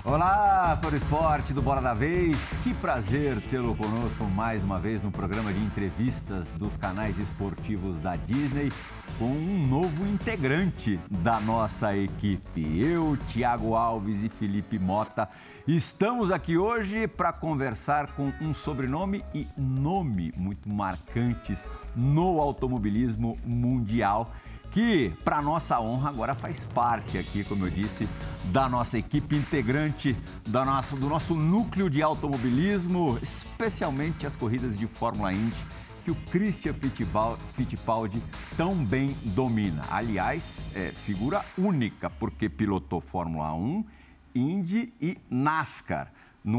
Olá, fã do esporte do Bola da Vez. Que prazer tê-lo conosco mais uma vez no programa de entrevistas dos canais esportivos da Disney com um novo integrante da nossa equipe. Eu, Thiago Alves e Felipe Mota estamos aqui hoje para conversar com um sobrenome e nome muito marcantes no automobilismo mundial, que, para nossa honra, agora faz parte aqui, como eu disse, da nossa equipe integrante, do nosso núcleo de automobilismo, especialmente as corridas de Fórmula Indy, que o Christian Fittipaldi tão bem domina. Aliás, é figura única, porque pilotou Fórmula 1, Indy e NASCAR.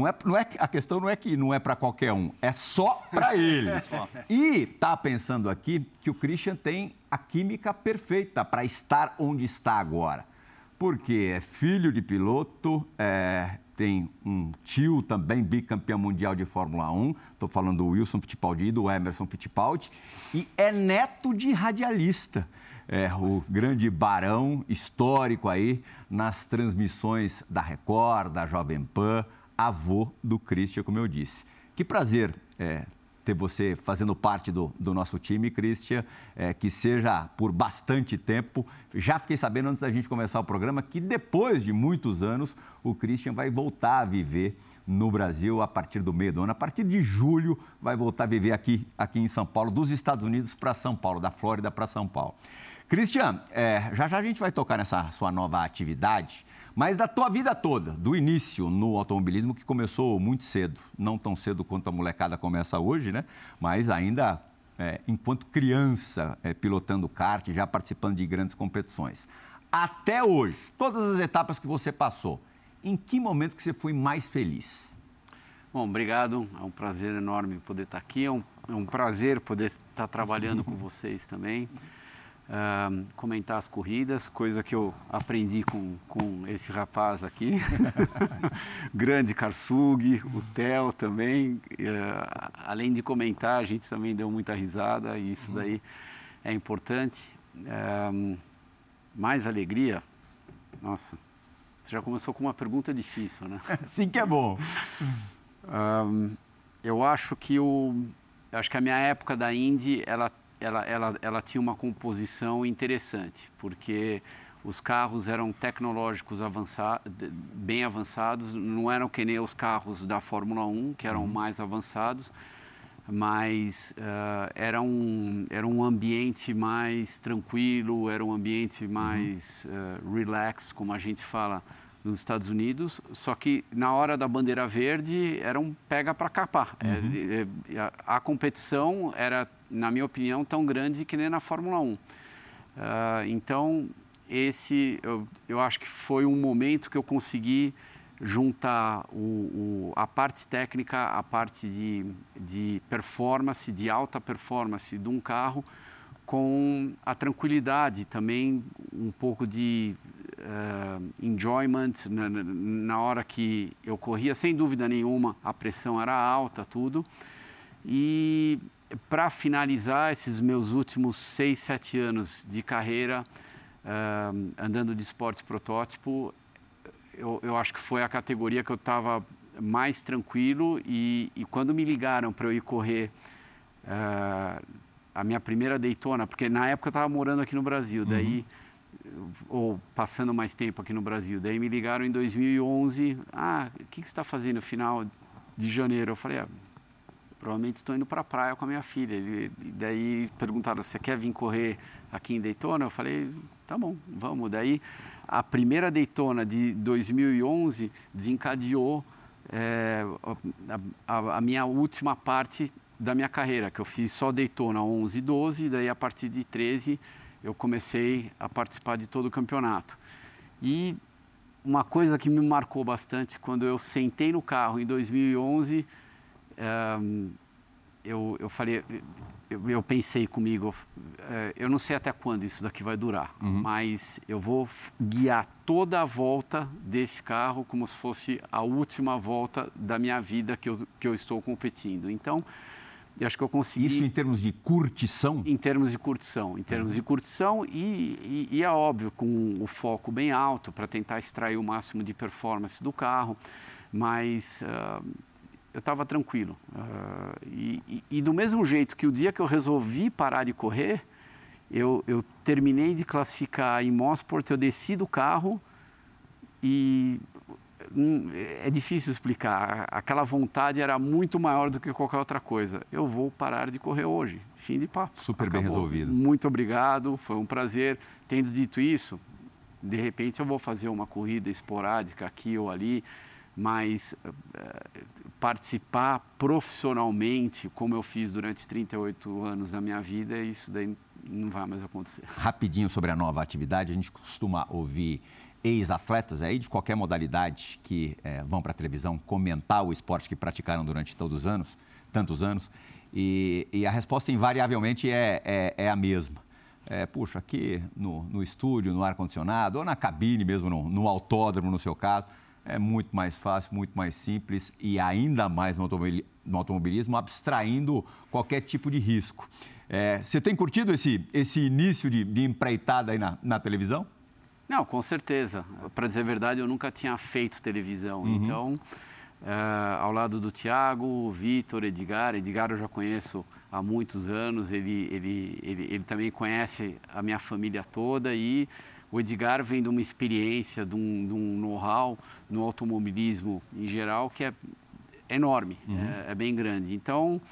A questão não é que não é para qualquer um, é só para ele. E tá pensando aqui que o Christian tem a química perfeita para estar onde está agora. Porque é filho de piloto, tem um tio também bicampeão mundial de Fórmula 1, estou falando do Wilson Fittipaldi e do Emerson Fittipaldi, e é neto de radialista. O grande barão histórico aí nas transmissões da Record, da Jovem Pan, avô do Christian, como eu disse. Que prazer ter você fazendo parte do nosso time, Christian, que seja por bastante tempo. Já fiquei sabendo, antes da gente começar o programa, que depois de muitos anos, o Christian vai voltar a viver no Brasil a partir do meio do ano. A partir de julho, vai voltar a viver aqui em São Paulo, dos Estados Unidos para São Paulo, da Flórida para São Paulo. Christian, já a gente vai tocar nessa sua nova atividade, mas da tua vida toda, do início no automobilismo, que começou muito cedo, não tão cedo quanto a molecada começa hoje, né? Mas ainda enquanto criança, pilotando kart, já participando de grandes competições. Até hoje, todas as etapas que você passou, em que momento que você foi mais feliz? Bom, obrigado, é um prazer enorme poder estar aqui, é um prazer poder estar trabalhando com vocês também. Comentar as corridas, coisa que eu aprendi com esse rapaz aqui, grande Karsug, o Theo também, além de comentar, a gente também deu muita risada e isso daí é importante. Mais alegria, nossa, você já começou com uma pergunta difícil, né? Sim que é bom. Eu acho que a minha época da Indy, ela tinha uma composição interessante, porque os carros eram tecnológicos bem avançados, não eram que nem os carros da Fórmula 1, que eram mais avançados, mas era um ambiente mais tranquilo, era um ambiente mais relax, como a gente fala nos Estados Unidos, só que na hora da bandeira verde era um pega para capar. A competição era, na minha opinião, tão grande que nem na Fórmula 1. Então, eu acho que foi um momento que eu consegui juntar a parte técnica, a parte de performance, de alta performance de um carro, com a tranquilidade também, um pouco de enjoyment na hora que eu corria, sem dúvida nenhuma, a pressão era alta, tudo. E para finalizar esses meus últimos 6, 7 anos de carreira, andando de esportes protótipo, eu acho que foi a categoria que eu estava mais tranquilo e quando me ligaram para eu ir correr a minha primeira Daytona, porque na época eu estava morando aqui no Brasil, daí ou passando mais tempo aqui no Brasil. Daí me ligaram em 2011, o que você está fazendo no final de janeiro? Eu falei, provavelmente estou indo para a praia com a minha filha. E daí perguntaram, você quer vir correr aqui em Daytona? Eu falei, tá bom, vamos. Daí a primeira Daytona de 2011 desencadeou a minha última parte da minha carreira, que eu fiz só Daytona 11 e 12, daí a partir de 13 eu comecei a participar de todo o campeonato. E uma coisa que me marcou bastante, quando eu sentei no carro em 2011, eu falei, eu pensei comigo, eu não sei até quando isso daqui vai durar, mas eu vou guiar toda a volta desse carro como se fosse a última volta da minha vida que eu estou competindo. Então, E acho que eu consegui... Isso em termos de curtição? Em termos de curtição. Em termos de curtição e é óbvio, com o foco bem alto para tentar extrair o máximo de performance do carro, mas eu estava tranquilo. E do mesmo jeito que o dia que eu resolvi parar de correr, eu terminei de classificar em Mosport, eu desci do carro e... É difícil explicar. Aquela vontade era muito maior do que qualquer outra coisa. Eu vou parar de correr hoje. Fim de papo. Super Acabou. Bem resolvido. Muito obrigado, foi um prazer. Tendo dito isso, de repente eu vou fazer uma corrida esporádica aqui ou ali, mas participar profissionalmente, como eu fiz durante 38 anos da minha vida, isso daí não vai mais acontecer. Rapidinho sobre a nova atividade, a gente costuma ouvir ex-atletas aí de qualquer modalidade que vão para a televisão comentar o esporte que praticaram durante tantos anos, e a resposta invariavelmente é a mesma. Puxa, aqui no estúdio, no ar-condicionado, ou na cabine mesmo, no autódromo, no seu caso, é muito mais fácil, muito mais simples e ainda mais no automobilismo, abstraindo qualquer tipo de risco. Você tem curtido esse início de empreitada aí na televisão? Não, com certeza. Para dizer a verdade, eu nunca tinha feito televisão. Uhum. Então, ao lado do Thiago, Vitor, Edgar eu já conheço há muitos anos, ele também conhece a minha família toda e o Edgar vem de uma experiência, de um know-how no automobilismo em geral que é enorme, é bem grande. Então,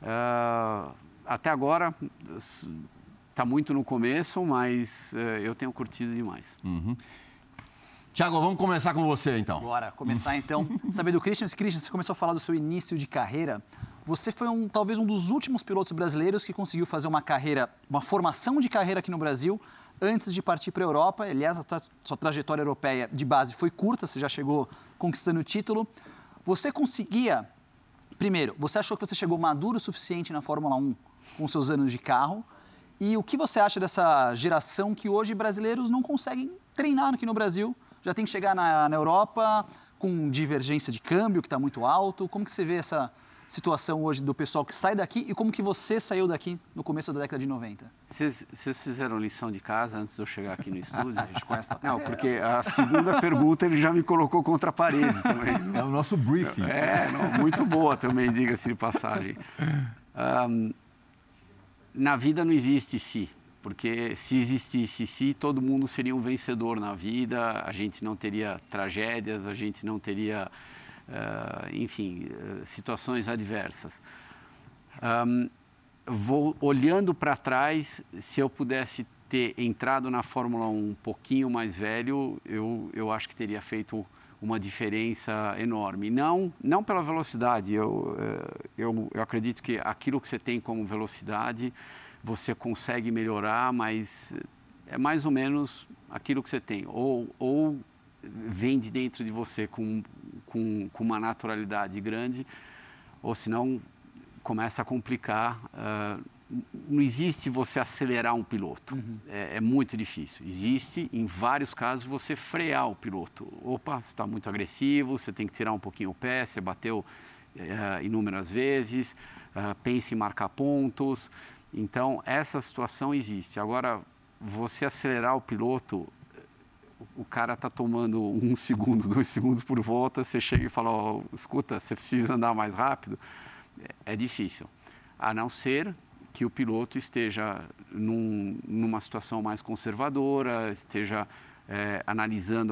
até agora... Está muito no começo, mas eu tenho curtido demais. Uhum. Tiago, vamos começar com você, então. Bora começar, então. Saber do Christian. Christian, você começou a falar do seu início de carreira. Você foi talvez um dos últimos pilotos brasileiros que conseguiu fazer uma formação de carreira aqui no Brasil antes de partir para a Europa. Aliás, sua trajetória europeia de base foi curta, você já chegou conquistando o título. Você conseguia... Primeiro, você achou que você chegou maduro o suficiente na Fórmula 1 com seus anos de carro? E o que você acha dessa geração que hoje brasileiros não conseguem treinar aqui no Brasil? Já tem que chegar na Europa com divergência de câmbio, que está muito alto. Como que você vê essa situação hoje do pessoal que sai daqui e como que você saiu daqui no começo da década de 90? Vocês fizeram lição de casa antes de eu chegar aqui no estúdio? A gente conhece. Não, porque a segunda pergunta ele já me colocou contra a parede também. É o nosso briefing. Muito boa também, diga-se de passagem. Na vida não existe si, porque se existisse si, todo mundo seria um vencedor na vida, a gente não teria tragédias, a gente não teria, situações adversas. Olhando para trás, se eu pudesse ter entrado na Fórmula 1 um pouquinho mais velho, eu acho que teria feito uma diferença enorme. Não pela velocidade, eu acredito que aquilo que você tem como velocidade, você consegue melhorar, mas é mais ou menos aquilo que você tem. Ou vem de dentro de você com uma naturalidade grande, ou senão começa a complicar. Não existe você acelerar um piloto, é muito difícil. Existe, em vários casos, você frear o piloto. Opa, você está muito agressivo, você tem que tirar um pouquinho o pé, você bateu inúmeras vezes, pense em marcar pontos. Então, essa situação existe. Agora, você acelerar o piloto, o cara está tomando 1 segundo, 2 segundos por volta, você chega e fala, escuta, você precisa andar mais rápido. É difícil, a não ser que o piloto esteja numa situação mais conservadora, esteja analisando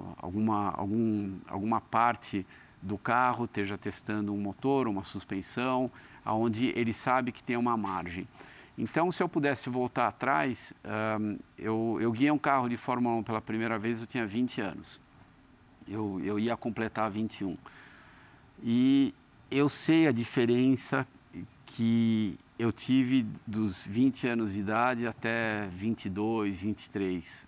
alguma parte do carro, esteja testando um motor, uma suspensão, onde ele sabe que tem uma margem. Então, se eu pudesse voltar atrás, eu guiei um carro de Fórmula 1 pela primeira vez, eu tinha 20 anos. Eu ia completar 21. E eu sei a diferença que eu tive dos 20 anos de idade até 22, 23,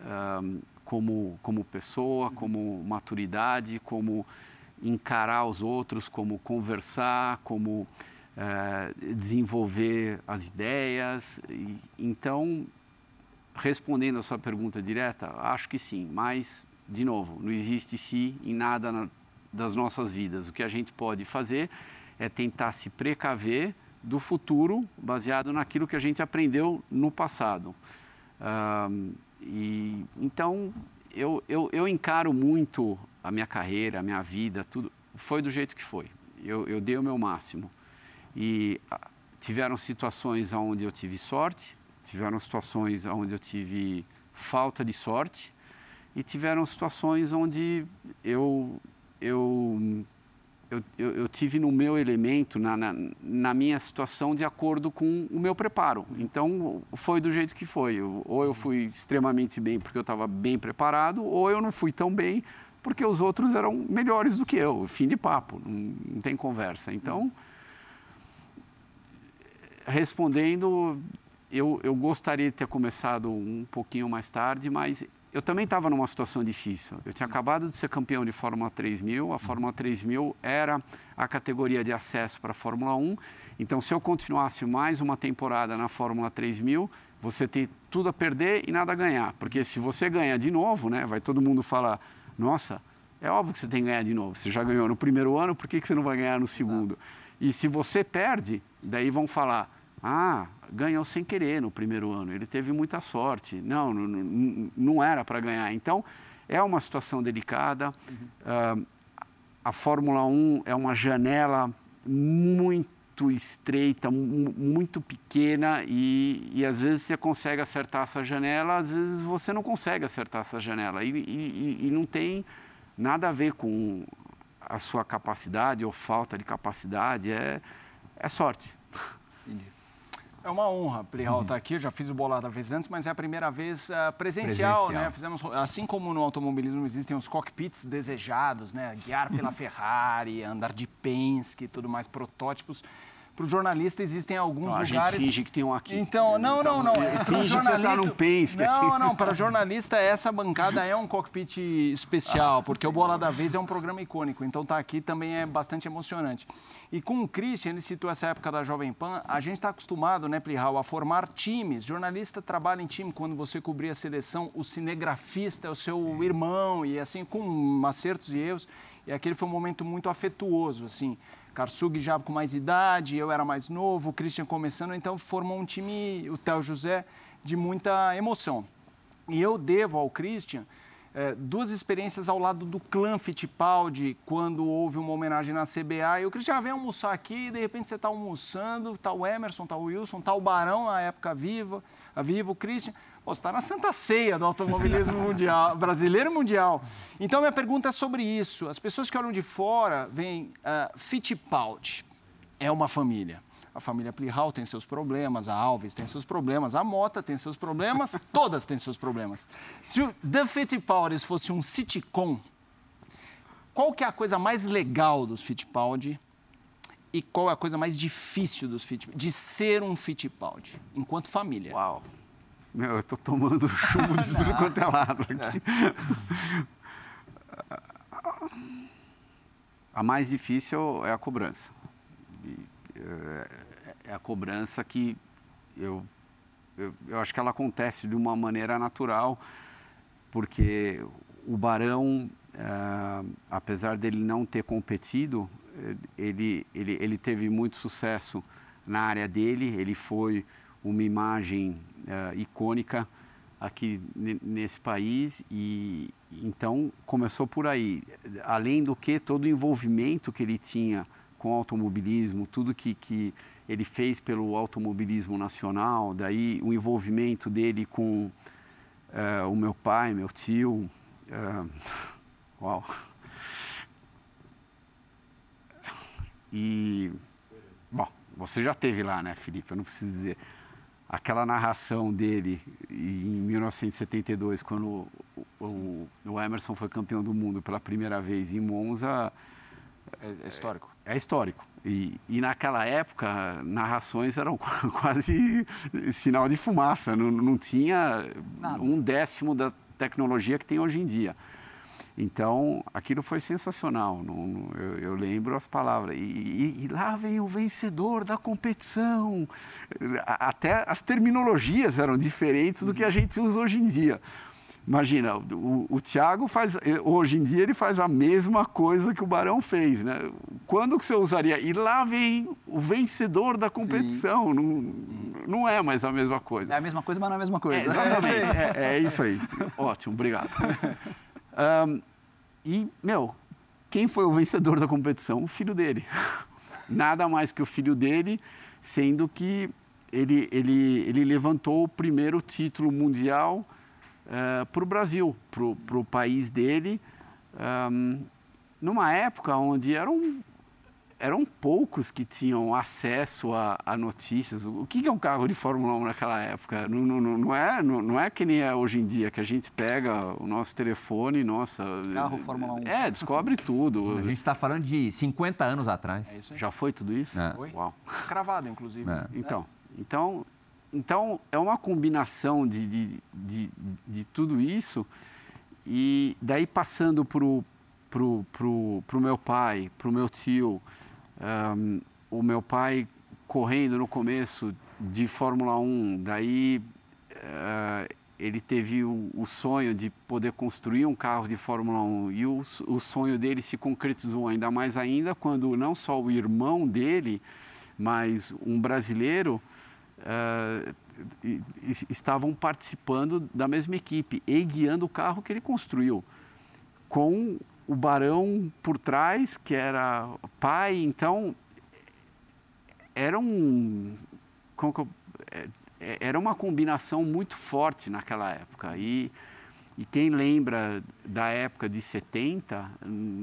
como pessoa, como maturidade, como encarar os outros, como conversar, como desenvolver as ideias. Então, respondendo a sua pergunta direta, acho que sim, mas, de novo, não existe si em nada das nossas vidas. O que a gente pode fazer é tentar se precaver do futuro baseado naquilo que a gente aprendeu no passado. Então, eu encaro muito a minha carreira, a minha vida, tudo. Foi do jeito que foi. Eu dei o meu máximo. E tiveram situações onde eu tive sorte, tiveram situações onde eu tive falta de sorte e tiveram situações onde eu tive no meu elemento, na minha situação, de acordo com o meu preparo. Então, foi do jeito que foi. Ou eu fui extremamente bem porque eu estava bem preparado, ou eu não fui tão bem porque os outros eram melhores do que eu. Fim de papo, não tem conversa. Então, respondendo, eu gostaria de ter começado um pouquinho mais tarde, mas eu também estava numa situação difícil. Eu tinha acabado de ser campeão de Fórmula 3000. A Fórmula 3000 era a categoria de acesso para a Fórmula 1. Então, se eu continuasse mais uma temporada na Fórmula 3000, você tem tudo a perder e nada a ganhar. Porque se você ganha de novo, né, vai todo mundo falar, nossa, é óbvio que você tem que ganhar de novo. Você já ganhou no primeiro ano, por que você não vai ganhar no segundo? Exato. E se você perde, daí vão falar, ganhou sem querer no primeiro ano, ele teve muita sorte. Não era para ganhar. Então, é uma situação delicada. A Fórmula 1 é uma janela muito estreita, muito pequena e às vezes você consegue acertar essa janela, às vezes você não consegue acertar essa janela. E não tem nada a ver com a sua capacidade ou falta de capacidade, é sorte. Entendi. É uma honra, Plihal, estar aqui. Eu já fiz o Bolada vez antes, mas é a primeira vez presencial, né? Fizemos, assim como no automobilismo existem os cockpits desejados, né? Guiar pela Ferrari, andar de Penske e tudo mais, protótipos. Para o jornalista existem alguns lugares... A gente finge que tem um aqui. Então, não. Finge que você está num Penske. Não. Para o jornalista, essa bancada é um cockpit especial, porque o Bola da Vez é um programa icônico. Então, estar aqui também é bastante emocionante. E com o Christian, ele citou essa época da Jovem Pan, a gente está acostumado, né, Plihal, a formar times. Jornalista trabalha em time. Quando você cobria a seleção, o cinegrafista é o seu irmão, e assim, com acertos e erros. E aquele foi um momento muito afetuoso, assim. Karsug já com mais idade, eu era mais novo, o Christian começando, então formou um time, o Theo José, de muita emoção. E eu devo ao Christian duas experiências ao lado do clã Fittipaldi, quando houve uma homenagem na CBA, e o Christian vem almoçar aqui, e de repente você está almoçando, está o Emerson, está o Wilson, está o Barão, na época viva, o Christian... Você está na Santa Ceia do automobilismo mundial, brasileiro e mundial. Então, minha pergunta é sobre isso. As pessoas que olham de fora veem Fittipaldi. É uma família. A família Plihal tem seus problemas, a Alves tem seus problemas, a Motta tem seus problemas, todas têm seus problemas. Se o The Fittipaldis fosse um sitcom, qual que é a coisa mais legal dos Fittipaldi e qual é a coisa mais difícil dos Fittipaldi, de ser um Fittipaldi, enquanto família? Uau! Eu estou tomando chumbo de tudo quanto é lado aqui. A mais difícil é a cobrança. É a cobrança que eu acho que ela acontece de uma maneira natural, porque o Barão, apesar dele não ter competido, ele teve muito sucesso na área dele, ele foi uma imagem icônica aqui nesse país e então começou por aí. Além do que, todo o envolvimento que ele tinha com o automobilismo, tudo que ele fez pelo automobilismo nacional, daí o envolvimento dele com o meu pai, meu tio, uau! E, bom, você já esteve lá, né, Felipe? Eu não preciso dizer. Aquela narração dele em 1972, quando o Emerson foi campeão do mundo pela primeira vez em Monza... É histórico. É histórico. E naquela época, narrações eram quase sinal de fumaça. Não tinha nada. 1/10 da tecnologia que tem hoje em dia. Então, aquilo foi sensacional. Eu lembro as palavras. E lá vem o vencedor da competição. Até as terminologias eram diferentes do que a gente usa hoje em dia. Imagina, o Thiago faz, hoje em dia ele faz a mesma coisa que o Barão fez, né? Quando que você usaria? E lá vem o vencedor da competição, não é mais a mesma coisa. É a mesma coisa, mas não é a mesma coisa. Exatamente, é isso aí. Ótimo, obrigado. Quem foi o vencedor da competição? O filho dele. Nada mais que o filho dele, sendo que ele levantou o primeiro título mundial para o Brasil, para o país dele, numa época onde eram poucos que tinham acesso a notícias. O que é um carro de Fórmula 1 naquela época? Não é que nem é hoje em dia, que a gente pega o nosso telefone, Carro Fórmula 1. Descobre tudo. A gente está falando de 50 anos atrás. É isso aí. Já foi tudo isso? Foi. Uau. Cravado, inclusive. Então, é uma combinação de tudo isso, e daí passando pro meu pai, pro meu tio, o meu pai correndo no começo de Fórmula 1, daí ele teve o sonho de poder construir um carro de Fórmula 1, e o sonho dele se concretizou ainda mais ainda quando não só o irmão dele, mas um brasileiro estavam participando da mesma equipe e guiando o carro que ele construiu, com o Barão por trás, que era pai. Então, era uma combinação muito forte naquela época. E quem lembra da época de 70,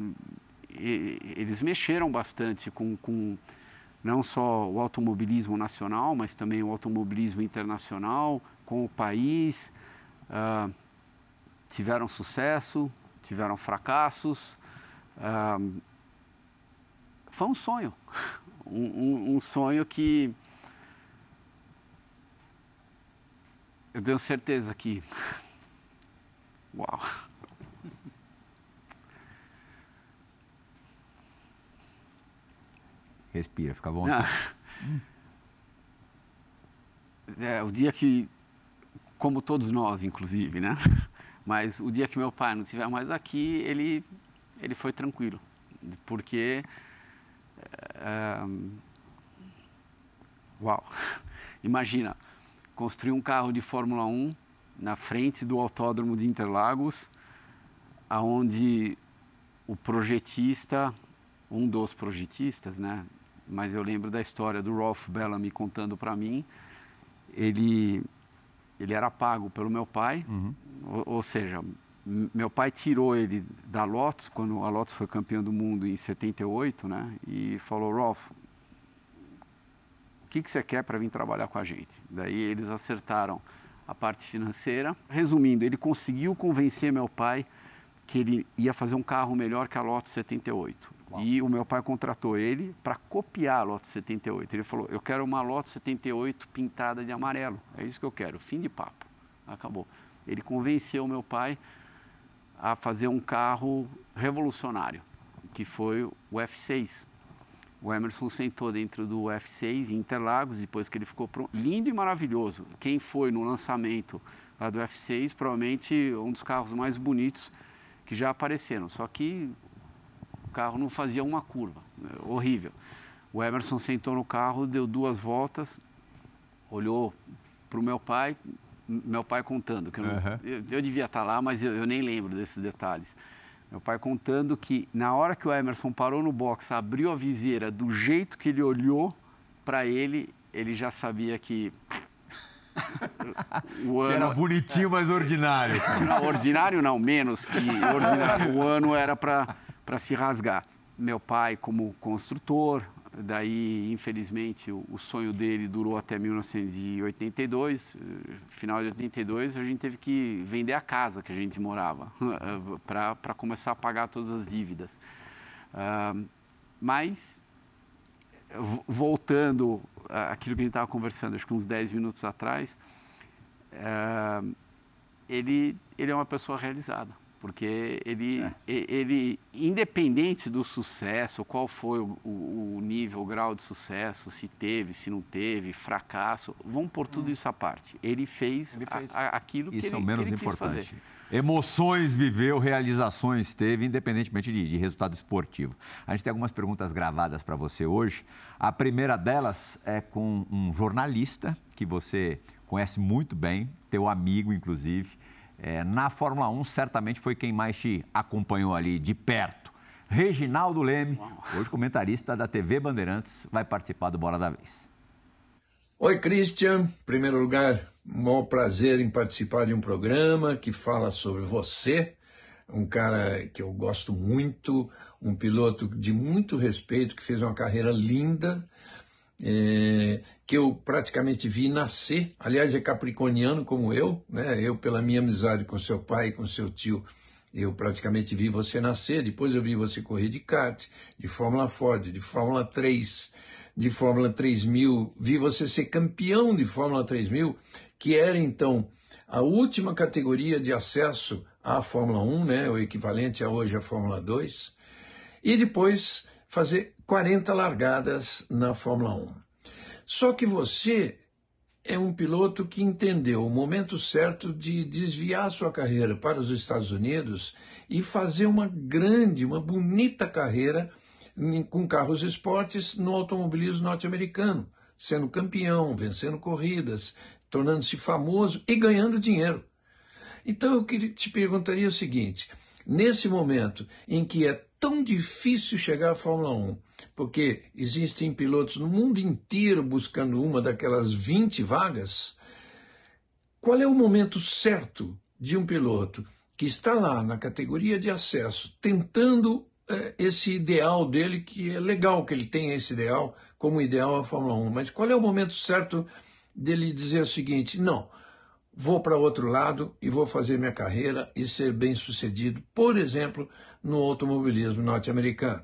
eles mexeram bastante com não só o automobilismo nacional, mas também o automobilismo internacional, com o país. Tiveram sucesso, tiveram fracassos. Foi um sonho, um sonho que eu tenho certeza que... Uau! Respira, fica bom. O dia que, como todos nós, inclusive, né? Mas o dia que meu pai não estiver mais aqui, ele foi tranquilo, porque... Uau! Imagina, construir um carro de Fórmula 1 na frente do Autódromo de Interlagos, aonde o projetista, um dos projetistas, né? Mas eu lembro da história do Rolf Bellamy contando para mim, ele era pago pelo meu pai, ou seja, meu pai tirou ele da Lotus, quando a Lotus foi campeã do mundo em 78, né? E falou: Rolf, o que você quer para vir trabalhar com a gente? Daí eles acertaram a parte financeira. Resumindo, ele conseguiu convencer meu pai que ele ia fazer um carro melhor que a Lotus 78. Uau. E o meu pai contratou ele para copiar a Lotus 78. Ele falou: eu quero uma Lotus 78 pintada de amarelo. É isso que eu quero. Fim de papo. Acabou. Ele convenceu o meu pai a fazer um carro revolucionário, que foi o F6. O Emerson sentou dentro do F6 em Interlagos, depois que ele ficou pronto. Lindo e maravilhoso. Quem foi no lançamento lá do F6, provavelmente um dos carros mais bonitos que já apareceram. Só que o carro não fazia uma curva. Horrível. O Emerson sentou no carro, deu 2 voltas, olhou para o meu pai contando, que eu devia estar lá, mas eu nem lembro desses detalhes. Meu pai contando que na hora que o Emerson parou no box, abriu a viseira, do jeito que ele olhou para ele, ele já sabia que o ano... Era bonitinho, mas ordinário. Não, ordinário não, menos que ordinário. O ano era para se rasgar. Meu pai como construtor, daí, infelizmente, o sonho dele durou até 1982. Final de 82, a gente teve que vender a casa que a gente morava para começar a pagar todas as dívidas. Mas, voltando àquilo que a gente estava conversando, acho que uns 10 minutos atrás, ele é uma pessoa realizada, porque ele independente do sucesso, qual foi o nível, o grau de sucesso, se teve, se não teve, fracasso, vamos pôr tudo isso à parte. Ele fez aquilo que ele quis fazer. Isso é o menos importante. Emoções viveu, realizações teve, independentemente de resultado esportivo. A gente tem algumas perguntas gravadas para você hoje. A primeira delas é com um jornalista que você conhece muito bem, teu amigo, inclusive. Na Fórmula 1, certamente foi quem mais te acompanhou ali de perto. Reginaldo Leme, hoje comentarista da TV Bandeirantes, vai participar do Bola da Vez. Oi, Christian. Em primeiro lugar, um maior prazer em participar de um programa que fala sobre você, um cara que eu gosto muito, um piloto de muito respeito, que fez uma carreira linda, que eu praticamente vi nascer. Aliás, é capricorniano como eu, né? Eu, pela minha amizade com seu pai e com seu tio, eu praticamente vi você nascer. Depois eu vi você correr de kart, de Fórmula Ford, de Fórmula 3, de Fórmula 3000, vi você ser campeão de Fórmula 3000, que era então a última categoria de acesso à Fórmula 1, né, o equivalente a hoje à Fórmula 2, e depois fazer 40 largadas na Fórmula 1. Só que você é um piloto que entendeu o momento certo de desviar sua carreira para os Estados Unidos e fazer uma bonita carreira com carros esportes no automobilismo norte-americano, sendo campeão, vencendo corridas, tornando-se famoso e ganhando dinheiro. Então eu te perguntaria o seguinte, nesse momento em que é tão difícil chegar à Fórmula 1, porque existem pilotos no mundo inteiro buscando uma daquelas 20 vagas, qual é o momento certo de um piloto que está lá na categoria de acesso, tentando esse ideal dele, que é legal que ele tenha esse ideal como ideal a Fórmula 1, mas qual é o momento certo dele dizer o seguinte, não, vou para outro lado e vou fazer minha carreira e ser bem sucedido, por exemplo, no automobilismo norte-americano?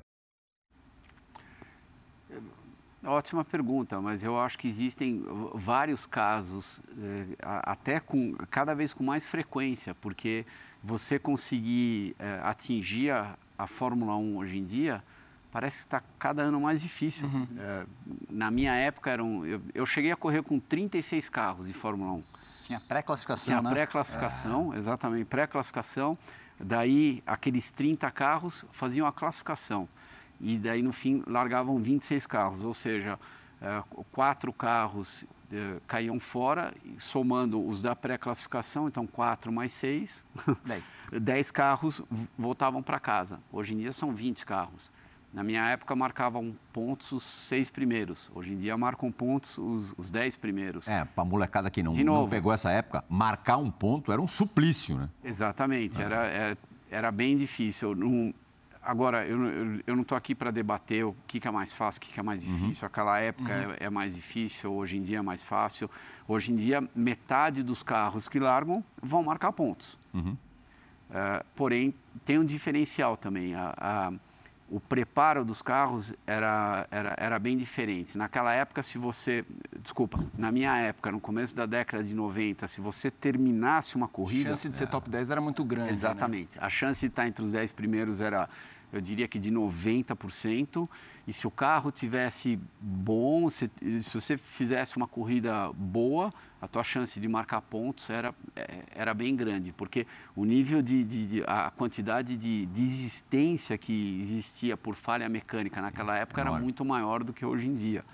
Ótima pergunta, mas eu acho que existem vários casos, até cada vez com mais frequência, porque você conseguir atingir a Fórmula 1 hoje em dia, parece que está cada ano mais difícil. Uhum. Na minha época, eu cheguei a correr com 36 carros de Fórmula 1. Tinha pré-classificação, né? Tinha pré-classificação, exatamente, pré-classificação. Daí, aqueles 30 carros faziam a classificação. E daí, no fim, largavam 26 carros. Ou seja, 4 carros caíam fora, somando os da pré-classificação, então 4 mais 6, 10 carros voltavam para casa. Hoje em dia são 20 carros. Na minha época marcavam pontos os 6 primeiros. Hoje em dia marcam pontos os 10 primeiros. Para a molecada que não pegou essa época, marcar um ponto era um suplício, né? Exatamente, era bem difícil. Agora, eu não estou aqui para debater o que é mais fácil, o que é mais difícil. Aquela época é mais difícil, hoje em dia é mais fácil. Hoje em dia, metade dos carros que largam vão marcar pontos. Porém, tem um diferencial também. O preparo dos carros era bem diferente. Naquela época, na minha época, no começo da década de 90, se você terminasse uma corrida... A chance de ser top 10 era muito grande. Exatamente. Né? A chance de estar entre os 10 primeiros era, eu diria que de 90%. E se o carro tivesse bom, se você fizesse uma corrida boa, a tua chance de marcar pontos era bem grande, porque o nível a quantidade de desistência que existia por falha mecânica naquela época era muito maior do que hoje em dia.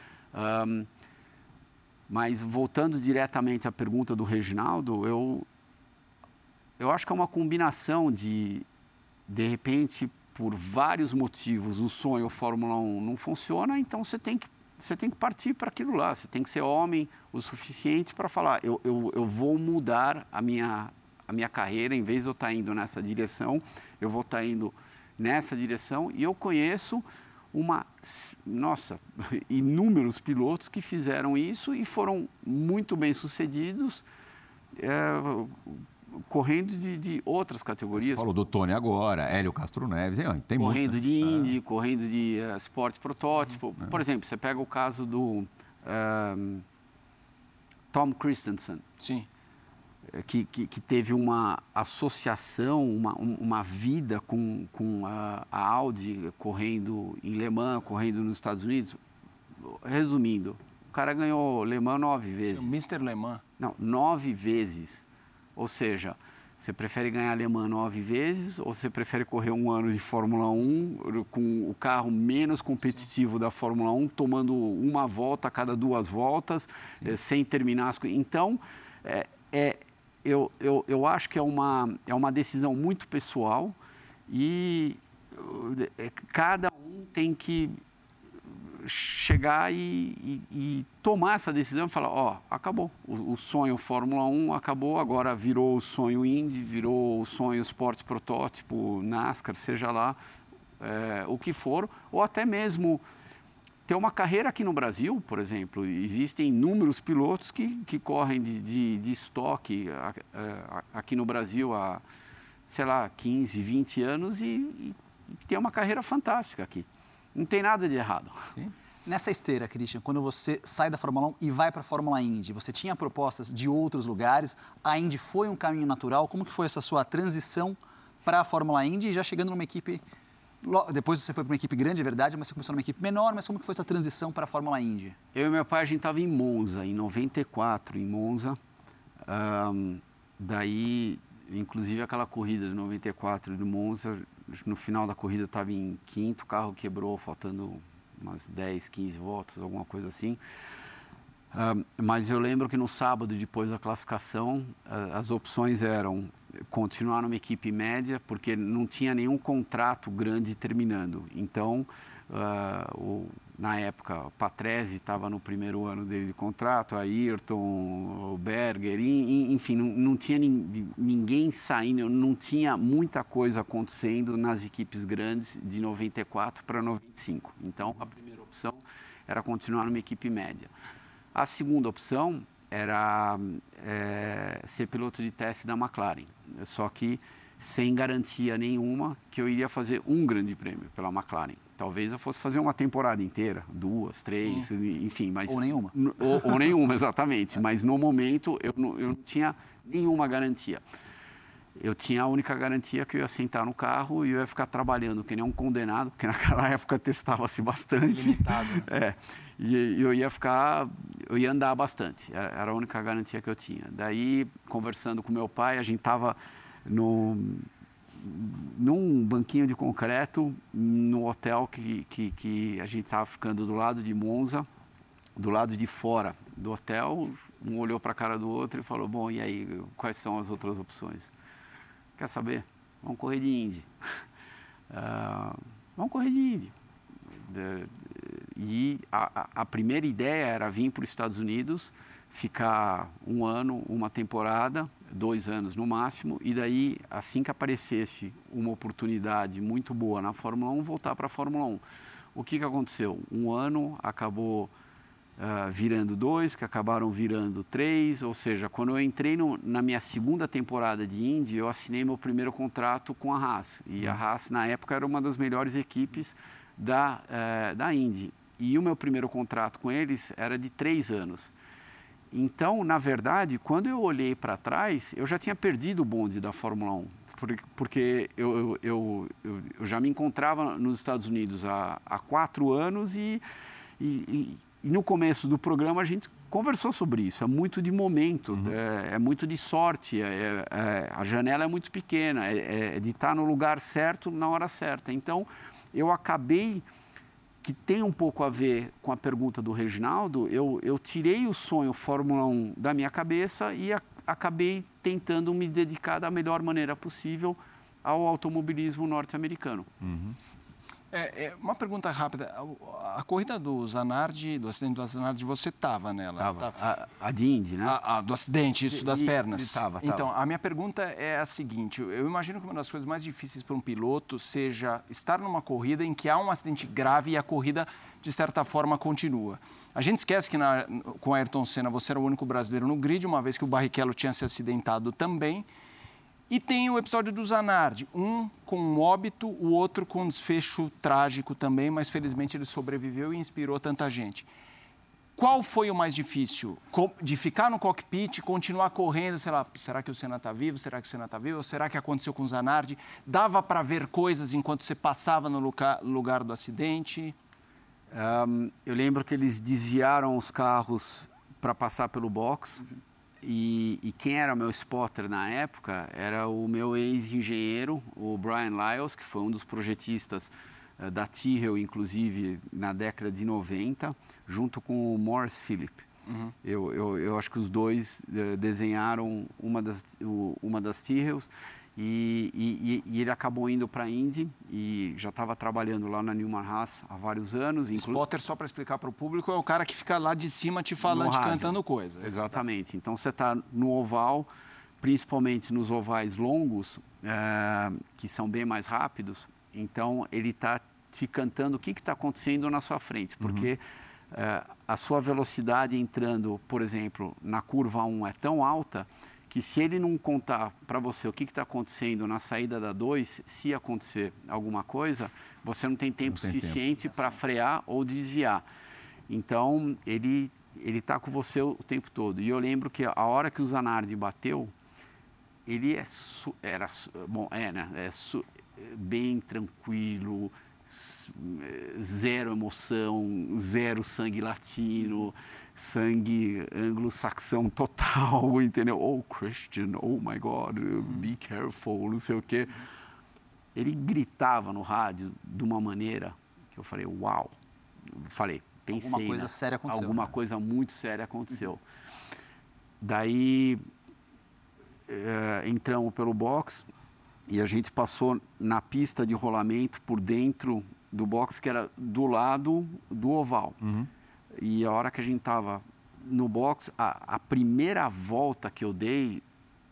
Mas voltando diretamente à pergunta do Reginaldo, eu acho que é uma combinação de repente, por vários motivos, o sonho Fórmula 1 não funciona, então você tem que partir para aquilo lá. Você tem que ser homem o suficiente para falar, eu vou mudar a minha carreira, em vez de eu estar indo nessa direção, eu vou estar indo nessa direção. E eu conheço inúmeros pilotos que fizeram isso e foram muito bem sucedidos, correndo de outras categorias. Você falou do Tony agora, Hélio Castro Neves, tem correndo muito, de Indy, correndo de esporte protótipo. Por exemplo, você pega o caso do Tom Christensen. Sim. que teve uma associação, uma vida com a Audi correndo em Le Mans, correndo nos Estados Unidos. Resumindo, o cara ganhou Le Mans 9 vezes. O Mr. Le Mans. Não, 9 vezes. Ou seja, você prefere ganhar Le Mans 9 vezes ou você prefere correr um ano de Fórmula 1 com o carro menos competitivo da Fórmula 1, tomando uma volta a cada 2 voltas, sem terminar as coisas. Então, eu acho que é uma decisão muito pessoal e cada um tem que chegar e tomar essa decisão e falar, acabou, o sonho Fórmula 1 acabou, agora virou o sonho Indy, virou o sonho Esporte Protótipo, NASCAR, seja lá o que for, ou até mesmo ter uma carreira aqui no Brasil, por exemplo. Existem inúmeros pilotos que correm de estoque aqui no Brasil há, sei lá, 15, 20 anos e tem uma carreira fantástica aqui. Não tem nada de errado. Sim. Nessa esteira, Christian, quando você sai da Fórmula 1 e vai para a Fórmula Indy, você tinha propostas de outros lugares, a Indy foi um caminho natural, como que foi essa sua transição para a Fórmula Indy, já chegando numa equipe, depois você foi para uma equipe grande, é verdade, mas você começou numa equipe menor, mas como que foi essa transição para a Fórmula Indy? Eu e meu pai, a gente estava em Monza, em 94, em Monza, daí, inclusive aquela corrida de 94 de Monza, no final da corrida eu estava em quinto, o carro quebrou, faltando umas 10, 15 voltas, alguma coisa assim. Mas eu lembro que no sábado, depois da classificação, as opções eram continuar numa equipe média, porque não tinha nenhum contrato grande terminando. Então, na época, o Patrese estava no primeiro ano dele de contrato, a Ayrton, o Berger, enfim, não tinha ninguém saindo, não tinha muita coisa acontecendo nas equipes grandes de 94 para 95. Então, a primeira opção era continuar numa equipe média. A segunda opção era ser piloto de teste da McLaren, só que sem garantia nenhuma que eu iria fazer um grande prêmio pela McLaren. Talvez eu fosse fazer uma temporada inteira, 2, 3, sim, enfim. Mas, ou nenhuma. Ou nenhuma, exatamente. Mas no momento eu não tinha nenhuma garantia. Eu tinha a única garantia que eu ia sentar no carro e eu ia ficar trabalhando que nem um condenado, porque naquela época testava-se bastante. Limitado. E eu ia andar bastante. Era a única garantia que eu tinha. Daí, conversando com meu pai, a gente estava num banquinho de concreto, no hotel que a gente estava ficando do lado de Monza, do lado de fora do hotel. Um olhou para a cara do outro e falou, bom, e aí, quais são as outras opções? Quer saber? Vamos correr de Indy. Vamos correr de Indy. E a primeira ideia era vir para os Estados Unidos, ficar um ano, uma temporada, 2 anos no máximo, e daí, assim que aparecesse uma oportunidade muito boa na Fórmula 1, voltar para a Fórmula 1. O que aconteceu? Um ano acabou virando 2, que acabaram virando 3, ou seja, quando eu entrei na minha segunda temporada de Indy, eu assinei meu primeiro contrato com a Haas, e a Haas, na época, era uma das melhores equipes da Indy, e o meu primeiro contrato com eles era de 3 anos. Então, na verdade, quando eu olhei para trás, eu já tinha perdido o bonde da Fórmula 1, porque eu já me encontrava nos Estados Unidos há 4 anos e no começo do programa a gente conversou sobre isso. É muito de momento, é muito de sorte, a janela é muito pequena, é de estar no lugar certo na hora certa. Então, eu acabei, que tem um pouco a ver com a pergunta do Reginaldo, eu tirei o sonho Fórmula 1 da minha cabeça e acabei tentando me dedicar da melhor maneira possível ao automobilismo norte-americano. Uma pergunta rápida. A corrida do Zanardi, do acidente do Zanardi, você estava nela? Estava. A de Indy, né? Do acidente, isso, das pernas. Estava. Então, a minha pergunta é a seguinte. Eu imagino que uma das coisas mais difíceis para um piloto seja estar numa corrida em que há um acidente grave e a corrida, de certa forma, continua. A gente esquece que com Ayrton Senna você era o único brasileiro no grid, uma vez que o Barrichello tinha se acidentado também. E tem o episódio do Zanardi, um com um óbito, o outro com um desfecho trágico também, mas felizmente ele sobreviveu e inspirou tanta gente. Qual foi o mais difícil? De ficar no cockpit, continuar correndo, sei lá, será que o Senna está vivo? Será que o Senna está vivo? Ou será que aconteceu com o Zanardi? Dava para ver coisas enquanto você passava no lugar do acidente? Eu lembro que eles desviaram os carros para passar pelo box. E quem era meu spotter na época era o meu ex-engenheiro, o Brian Lyles, que foi um dos projetistas da Tyrrell, inclusive, na década de 90, junto com o Morris Phillip. Eu acho que os dois desenharam uma das Tyrrells e ele acabou indo para a Indy e já estava trabalhando lá na Newman Haas há vários anos. Spotter, só para explicar para o público, é o cara que fica lá de cima te falando, te cantando coisa. Exatamente. Então, você está no oval, principalmente nos ovais longos, que são bem mais rápidos. Então, ele está te cantando o que está acontecendo na sua frente, porque a sua velocidade entrando, por exemplo, na curva 1 é tão alta que se ele não contar para você o que está acontecendo na saída da 2, se acontecer alguma coisa, você não tem tempo suficiente para frear ou desviar. Então, ele está com você o tempo todo. E eu lembro que a hora que o Zanardi bateu, ele bem tranquilo, zero emoção, zero sangue latino, sangue anglo-saxão total, entendeu? Oh, Christian, oh my God, be careful, não sei o quê. Ele gritava no rádio de uma maneira que eu falei, uau. Pensei, alguma coisa séria aconteceu. Alguma coisa muito séria aconteceu. Daí, entramos pelo box e a gente passou na pista de rolamento por dentro do box, que era do lado do oval. E a hora que a gente estava no box, a primeira volta que eu dei,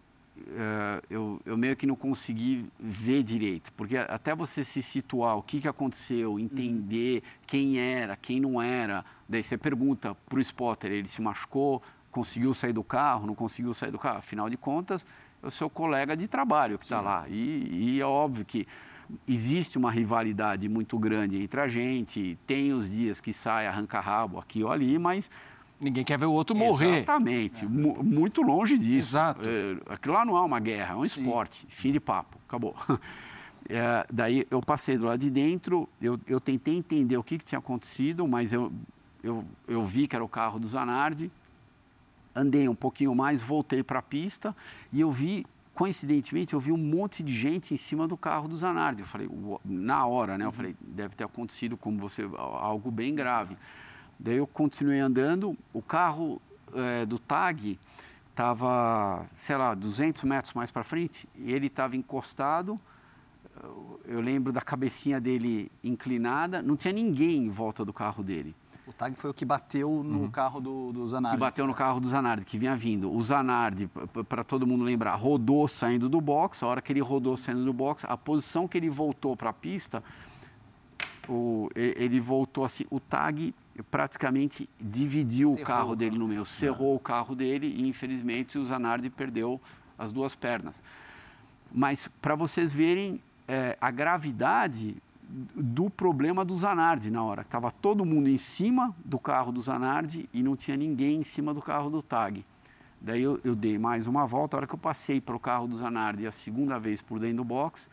eu meio que não consegui ver direito. Porque até você se situar, o que aconteceu, entender quem era, quem não era. Daí você pergunta para o spotter, ele se machucou, conseguiu sair do carro, não conseguiu sair do carro. Afinal de contas, é o seu colega de trabalho que está lá. E é óbvio que existe uma rivalidade muito grande entre a gente, tem os dias que sai, arranca rabo aqui ou ali, mas... Ninguém quer ver o outro morrer. Exatamente, muito longe disso. Exato. Aquilo lá não é uma guerra, é um esporte, fim de papo, acabou. Daí eu passei do lado de dentro, eu tentei entender o que tinha acontecido, mas eu vi que era o carro do Zanardi, andei um pouquinho mais, voltei para a pista e coincidentemente, eu vi um monte de gente em cima do carro do Zanardi. Eu falei, na hora, né? Eu falei, deve ter acontecido como algo bem grave. Daí eu continuei andando, o carro do TAG estava, sei lá, 200 metros mais para frente, e ele estava encostado, eu lembro da cabecinha dele inclinada, não tinha ninguém em volta do carro dele. O TAG foi o que bateu no carro do Zanardi. Que bateu no carro do Zanardi, que vinha vindo. O Zanardi, para todo mundo lembrar, rodou saindo do box. A hora que ele rodou saindo do box, a posição que ele voltou para a pista, ele voltou assim. O TAG praticamente dividiu o carro dele no meio, cerrou o carro dele e, infelizmente, o Zanardi perdeu as duas pernas. Mas, para vocês verem a gravidade do problema do Zanardi na hora. Estava todo mundo em cima do carro do Zanardi e não tinha ninguém em cima do carro do TAG. Daí eu dei mais uma volta, a hora que eu passei para o carro do Zanardi a segunda vez por dentro do box,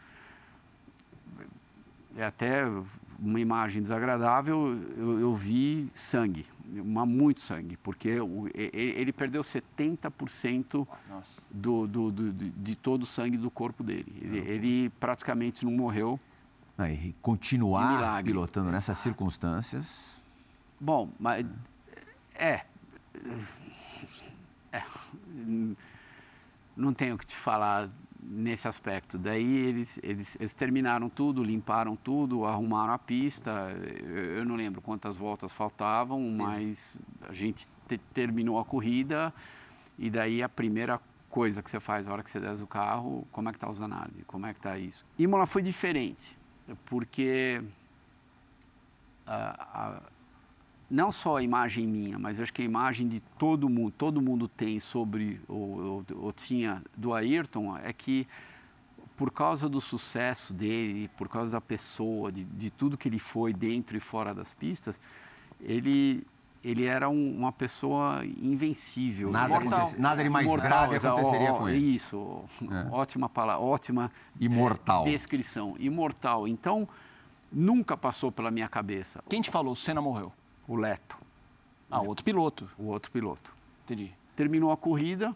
é até uma imagem desagradável, eu vi sangue, muito sangue, porque ele perdeu 70% de todo o sangue do corpo dele. Ele praticamente não morreu. E continuar pilotando nessas circunstâncias... Bom, mas... Não tenho o que te falar nesse aspecto. Daí eles terminaram tudo, limparam tudo, arrumaram a pista. Eu não lembro quantas voltas faltavam, mas a gente terminou a corrida e daí a primeira coisa que você faz na hora que você desce o carro, como é que está o Zanardi, como é que está isso. Imola foi diferente, porque não só a imagem minha, mas acho que a imagem de todo mundo tem sobre, ou tinha, do Ayrton, é que por causa do sucesso dele, por causa da pessoa, de tudo que ele foi dentro e fora das pistas, ele ele era uma pessoa invencível. Nada de mais grave aconteceria com ele. Isso, ótima palavra, ótima imortal. Descrição. Imortal. Então, nunca passou pela minha cabeça. Quem te falou? O Senna morreu? O Leto. Outro piloto. O outro piloto. Entendi. Terminou a corrida.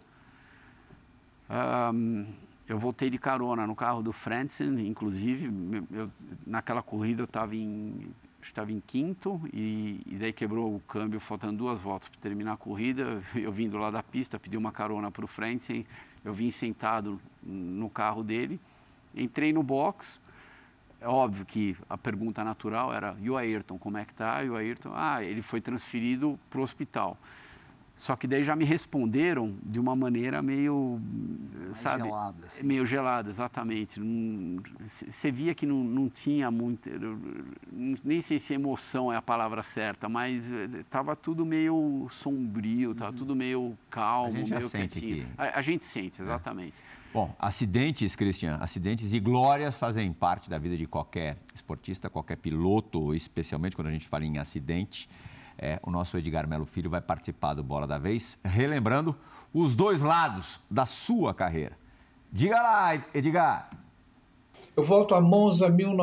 Eu voltei de carona no carro do Frentzen, inclusive. Naquela corrida eu estava em quinto e daí quebrou o câmbio, faltando 2 voltas para terminar a corrida. Eu vim do lado da pista, pedi uma carona para o Frentzen. Eu vim sentado no carro dele. Entrei no box. É óbvio que a pergunta natural era, e o Ayrton, como é que tá? E o Ayrton, ele foi transferido para o hospital. Só que daí já me responderam de uma maneira meio, sabe? Gelada, assim. Meio gelada, exatamente. Você via que não tinha muito, nem sei se emoção é a palavra certa, mas estava tudo meio sombrio, estava tudo meio calmo, a gente meio quietinho. A gente sente, exatamente. Bom, acidentes, Christian, acidentes e glórias fazem parte da vida de qualquer esportista, qualquer piloto, especialmente quando a gente fala em acidente. O nosso Edgar Melo Filho vai participar do Bola da Vez, relembrando os 2 lados da sua carreira. Diga lá, Edgar. Eu volto a Monza,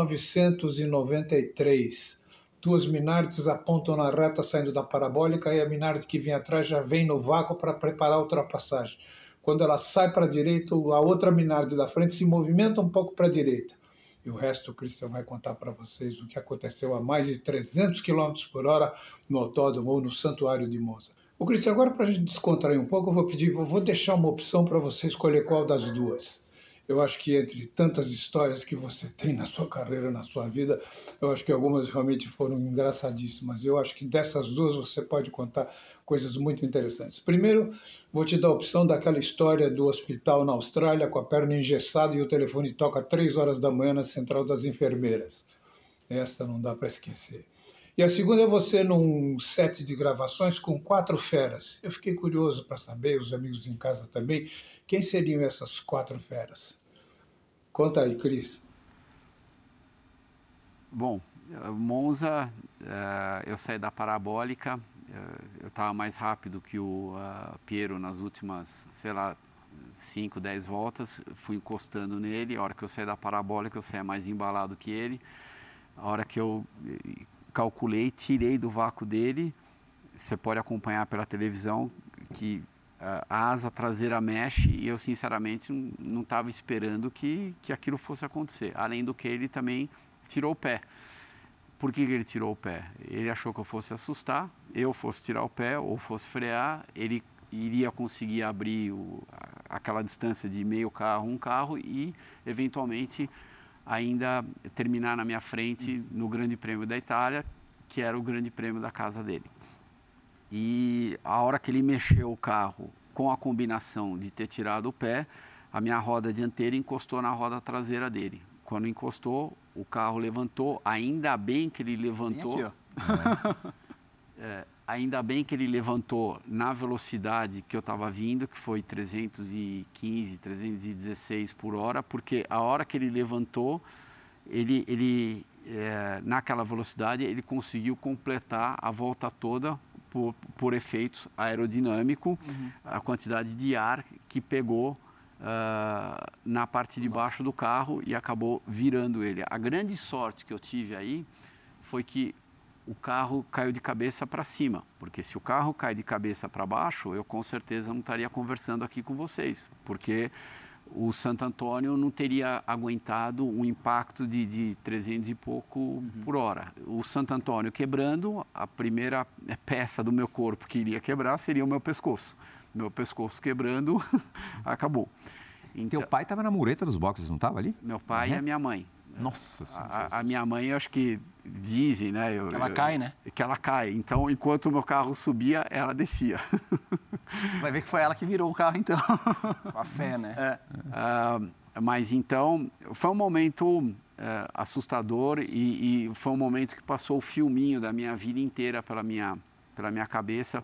1993. 2 Minardes apontam na reta saindo da parabólica e a Minardi que vem atrás já vem no vácuo para preparar a ultrapassagem. Quando ela sai para a direita, a outra Minardi da frente se movimenta um pouco para a direita. E o resto o Christian vai contar para vocês o que aconteceu a mais de 300 km por hora no autódromo ou no Santuário de Monza. O Christian, agora para a gente descontrair um pouco, eu vou deixar uma opção para você escolher qual das duas. Eu acho que entre tantas histórias que você tem na sua carreira, na sua vida, eu acho que algumas realmente foram engraçadíssimas. Eu acho que dessas duas você pode contar coisas muito interessantes. Primeiro, vou te dar a opção daquela história do hospital na Austrália com a perna engessada e o telefone toca 3 horas da manhã na central das enfermeiras. Essa não dá para esquecer. E a segunda é você num set de gravações com 4 feras. Eu fiquei curioso para saber, os amigos em casa também, quem seriam essas 4 feras? Conta aí, Cris. Bom, Monza, eu saí da parabólica, eu estava mais rápido que o Piero nas últimas, 5, 10 voltas, fui encostando nele. A hora que eu saí da parabólica, eu saí mais embalado que ele. A hora que eu calculei, tirei do vácuo dele, você pode acompanhar pela televisão que a asa traseira mexe e eu, sinceramente, não estava esperando que aquilo fosse acontecer. Além do que ele também tirou o pé. Por que ele tirou o pé? Ele achou que eu fosse assustar, eu fosse tirar o pé ou fosse frear, ele iria conseguir abrir aquela distância de meio carro, um carro e, eventualmente, ainda terminar na minha frente no Grande Prêmio da Itália, que era o Grande Prêmio da casa dele. E a hora que ele mexeu o carro com a combinação de ter tirado o pé, a minha roda dianteira encostou na roda traseira dele. Quando encostou, o carro levantou, ainda bem que ele levantou. Vem aqui, ó. Ainda bem que ele levantou na velocidade que eu estava vindo, que foi 315, 316 por hora, porque a hora que ele levantou, naquela velocidade, ele conseguiu completar a volta toda por efeitos aerodinâmicos, a quantidade de ar que pegou na parte de baixo do carro e acabou virando ele. A grande sorte que eu tive aí foi que o carro caiu de cabeça para cima, porque se o carro cai de cabeça para baixo, eu com certeza não estaria conversando aqui com vocês, porque o Santo Antônio não teria aguentado um impacto de 300 e pouco por hora. O Santo Antônio quebrando, a primeira peça do meu corpo que iria quebrar seria o meu pescoço. Meu pescoço quebrando, acabou. Então, teu pai estava na mureta dos boxes, não estava ali? Meu pai e a minha mãe. Nossa Senhora. A minha mãe, eu acho que dizem, né? Que ela cai, né? Que ela cai. Então, enquanto o meu carro subia, ela descia. Vai ver que foi ela que virou o carro, então. Com a fé, né? Mas, então, foi um momento assustador e foi um momento que passou o filminho da minha vida inteira pela minha cabeça.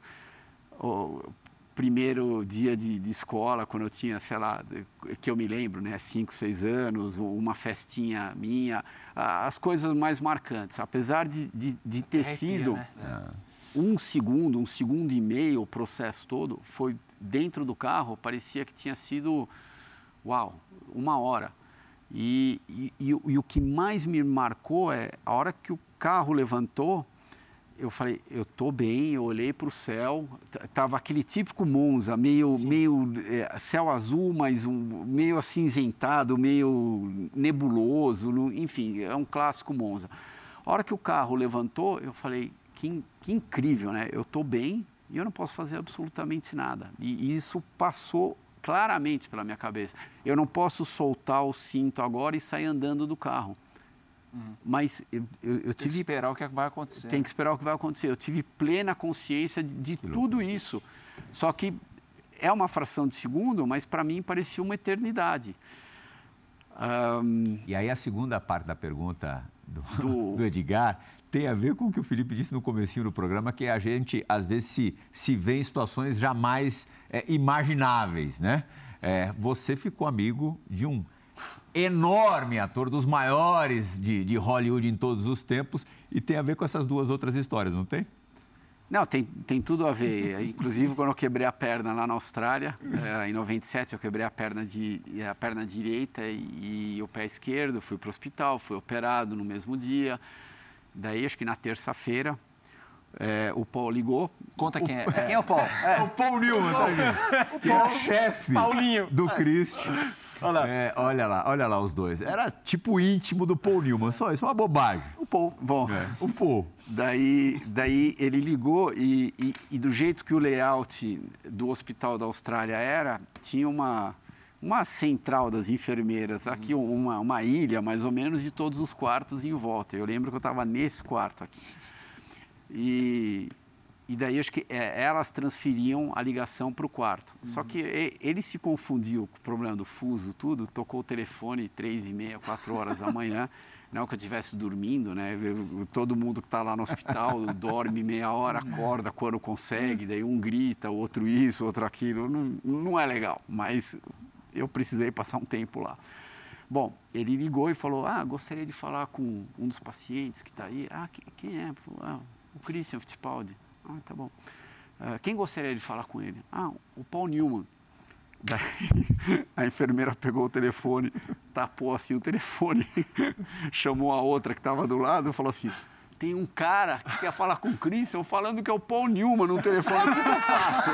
Primeiro dia de escola, quando eu tinha, que eu me lembro, né, 5, 6 anos, uma festinha minha, as coisas mais marcantes. Apesar de ter sido... Né? um segundo e meio, o processo todo, foi dentro do carro, parecia que tinha sido, uau, 1 hora. E o que mais me marcou é, a hora que o carro levantou, eu falei, eu estou bem, eu olhei para o céu, estava aquele típico Monza, meio céu azul, mas meio acinzentado, meio nebuloso, enfim, é um clássico Monza. A hora que o carro levantou, eu falei, que incrível, né? Eu estou bem e eu não posso fazer absolutamente nada. E isso passou claramente pela minha cabeça. Eu não posso soltar o cinto agora e sair andando do carro. Mas eu tive... Tem que esperar o que vai acontecer. Tem que esperar o que vai acontecer. Eu tive plena consciência de tudo isso. Só que é uma fração de segundo, mas para mim parecia uma eternidade. E aí a segunda parte da pergunta do Edgar tem a ver com o que o Felipe disse no comecinho do programa, que a gente, às vezes, se vê em situações jamais imagináveis, né? Você ficou amigo de um enorme ator, dos maiores de Hollywood em todos os tempos, e tem a ver com essas duas outras histórias, não tem? Não, tem tudo a ver. Inclusive, quando eu quebrei a perna lá na Austrália, em 97, eu quebrei a perna direita e o pé esquerdo, fui para o hospital, fui operado no mesmo dia. Daí, acho que na terça-feira, o Paul ligou. Conta quem é. Quem é o Paul? O Paul Newman, tá, gente? Que é o chefe do Christian. Olha lá os dois. Era tipo íntimo do Paul Newman, só isso, uma bobagem. O Paul. Bom, o Paul. Daí ele ligou e do jeito que o layout do Hospital da Austrália era, tinha uma central das enfermeiras, aqui uma ilha, mais ou menos, de todos os quartos em volta. Eu lembro que eu estava nesse quarto aqui. E daí, acho que elas transferiam a ligação para o quarto. Só que ele se confundiu com o problema do fuso, tudo, tocou o telefone 3h30, 4 horas da manhã, não que eu estivesse dormindo, né? Todo mundo que está lá no hospital dorme meia hora, acorda quando consegue, daí um grita, o outro isso, o outro aquilo. Não é legal, mas eu precisei passar um tempo lá. Bom, ele ligou e falou, gostaria de falar com um dos pacientes que está aí. Quem é? O Christian Fittipaldi. Tá bom. Quem gostaria de falar com ele? O Paul Newman. Daí, a enfermeira pegou o telefone, tapou assim o telefone, chamou a outra que estava do lado e falou assim, tem um cara que quer falar com o Christian falando que é o Paul Newman no telefone. O que eu faço?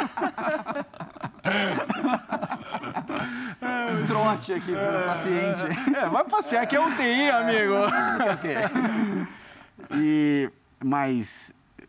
Trote aqui para o paciente. Vai passear, aqui é UTI, amigo. Mas...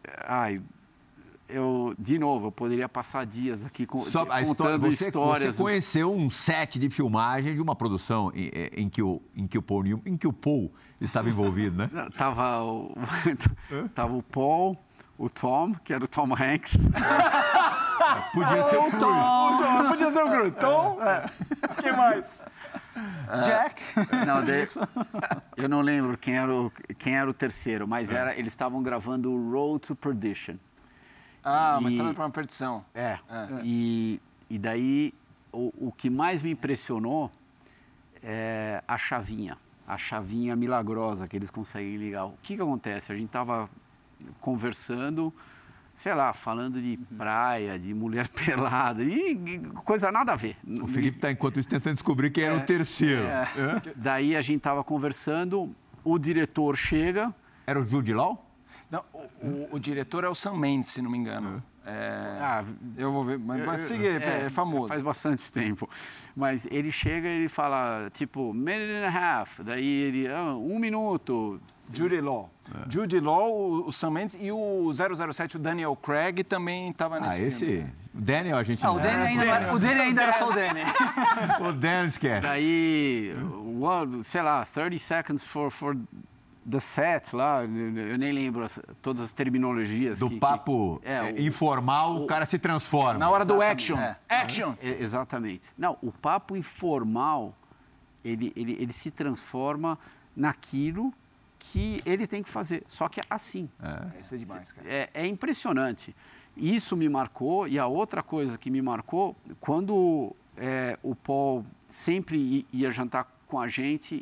de novo, eu poderia passar dias aqui contando histórias. Você conheceu um set de filmagem de uma produção em que o Paul estava envolvido, né? Tava o Paul, o Tom, que era o Tom Hanks. Podia ser o Tom. Podia ser o Cruz. Tom? Quem mais? Jack? Não, eu não lembro quem era o terceiro, mas eles estavam gravando o Road to Perdition. Mas estava para uma perdição. E daí, o que mais me impressionou é a chavinha milagrosa que eles conseguem ligar. O que acontece? A gente estava conversando, sei lá, falando de praia, de mulher pelada, e coisa nada a ver. O Felipe está, enquanto isso, tentando descobrir quem era o terceiro. Daí a gente estava conversando, o diretor chega... Era o Jude Law? Não, o diretor é o Sam Mendes, se não me engano. Eu vou ver, mas seguir, é famoso. Faz bastante tempo. Mas ele chega e ele fala, tipo, minute and a half. Daí ele, 1 minuto. Jude Law. Jude Law, o Sam Mendes e o 007, o Daniel Craig, também estava nesse filme. O Daniel, a gente não... O Danny ainda era só o Danny. O Danny esquece. Daí, sei lá, 30 seconds for the set lá, eu nem lembro todas as terminologias. Do papo informal, o cara se transforma. Na hora do action. Action! Exatamente. Não, o papo informal, ele se transforma naquilo que ele tem que fazer. Só que assim. Isso é demais, cara. É impressionante. Isso me marcou, e a outra coisa que me marcou, quando o Paul sempre ia jantar com a gente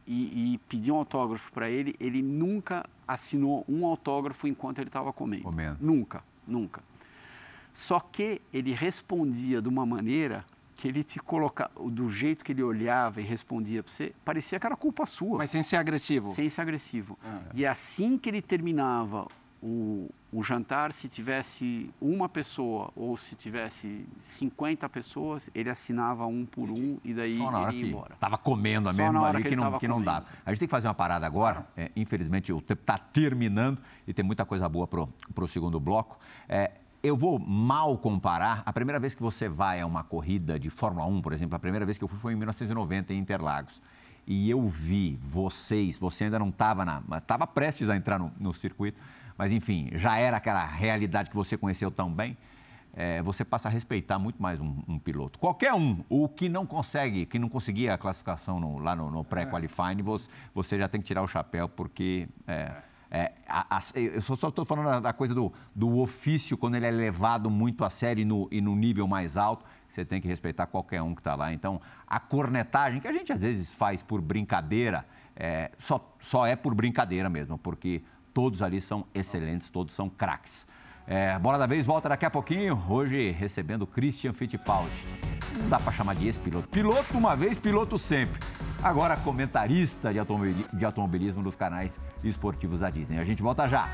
e pedi um autógrafo para ele, ele nunca assinou um autógrafo enquanto ele estava comendo. Nunca. Só que ele respondia de uma maneira que ele te colocava, do jeito que ele olhava e respondia para você, parecia que era culpa sua. Mas sem ser agressivo? Sem ser agressivo. E assim que ele terminava o jantar, se tivesse uma pessoa ou se tivesse 50 pessoas, ele assinava um por um e daí ele ia embora. Estava comendo mesmo ali que não dava. A gente tem que fazer uma parada agora. Infelizmente, o tempo está terminando e tem muita coisa boa para o segundo bloco. Eu vou mal comparar. A primeira vez que você vai a uma corrida de Fórmula 1, por exemplo, a primeira vez que eu fui foi em 1990, em Interlagos. E eu vi você ainda não estava prestes a entrar no circuito, mas enfim, já era aquela realidade que você conheceu tão bem. Você passa a respeitar muito mais um piloto. Qualquer o que não conseguia a classificação lá no pré-qualifying, você já tem que tirar o chapéu, porque... eu só estou falando da coisa do ofício, quando ele é levado muito a sério e no nível mais alto, você tem que respeitar qualquer um que está lá. Então, a cornetagem, que a gente às vezes faz por brincadeira, só é por brincadeira mesmo, porque todos ali são excelentes, todos são craques. Bola da Vez volta daqui a pouquinho, hoje recebendo Christian Fittipaldi. Não dá para chamar de ex-piloto. Piloto uma vez, piloto sempre. Agora comentarista de automobilismo dos canais esportivos da Disney. A gente volta já.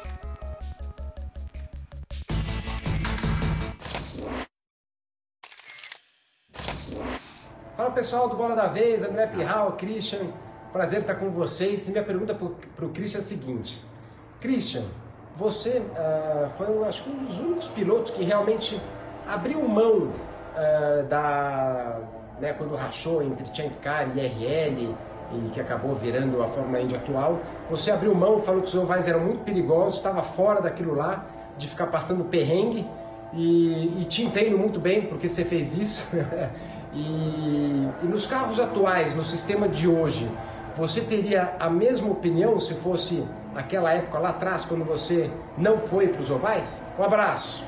Fala pessoal do Bola da Vez, André Pirral, Christian, prazer estar com vocês. E minha pergunta para o Christian é a seguinte: Christian, você foi acho que um dos únicos pilotos que realmente abriu mão quando rachou entre Champ Car e IRL, e que acabou virando a Fórmula Indy atual. Você abriu mão, falou que os ovais eram muito perigosos, estava fora daquilo lá, de ficar passando perrengue, e te entendo muito bem porque você fez isso. E nos carros atuais, no sistema de hoje, você teria a mesma opinião se fosse aquela época lá atrás, quando você não foi para os ovais? Um abraço.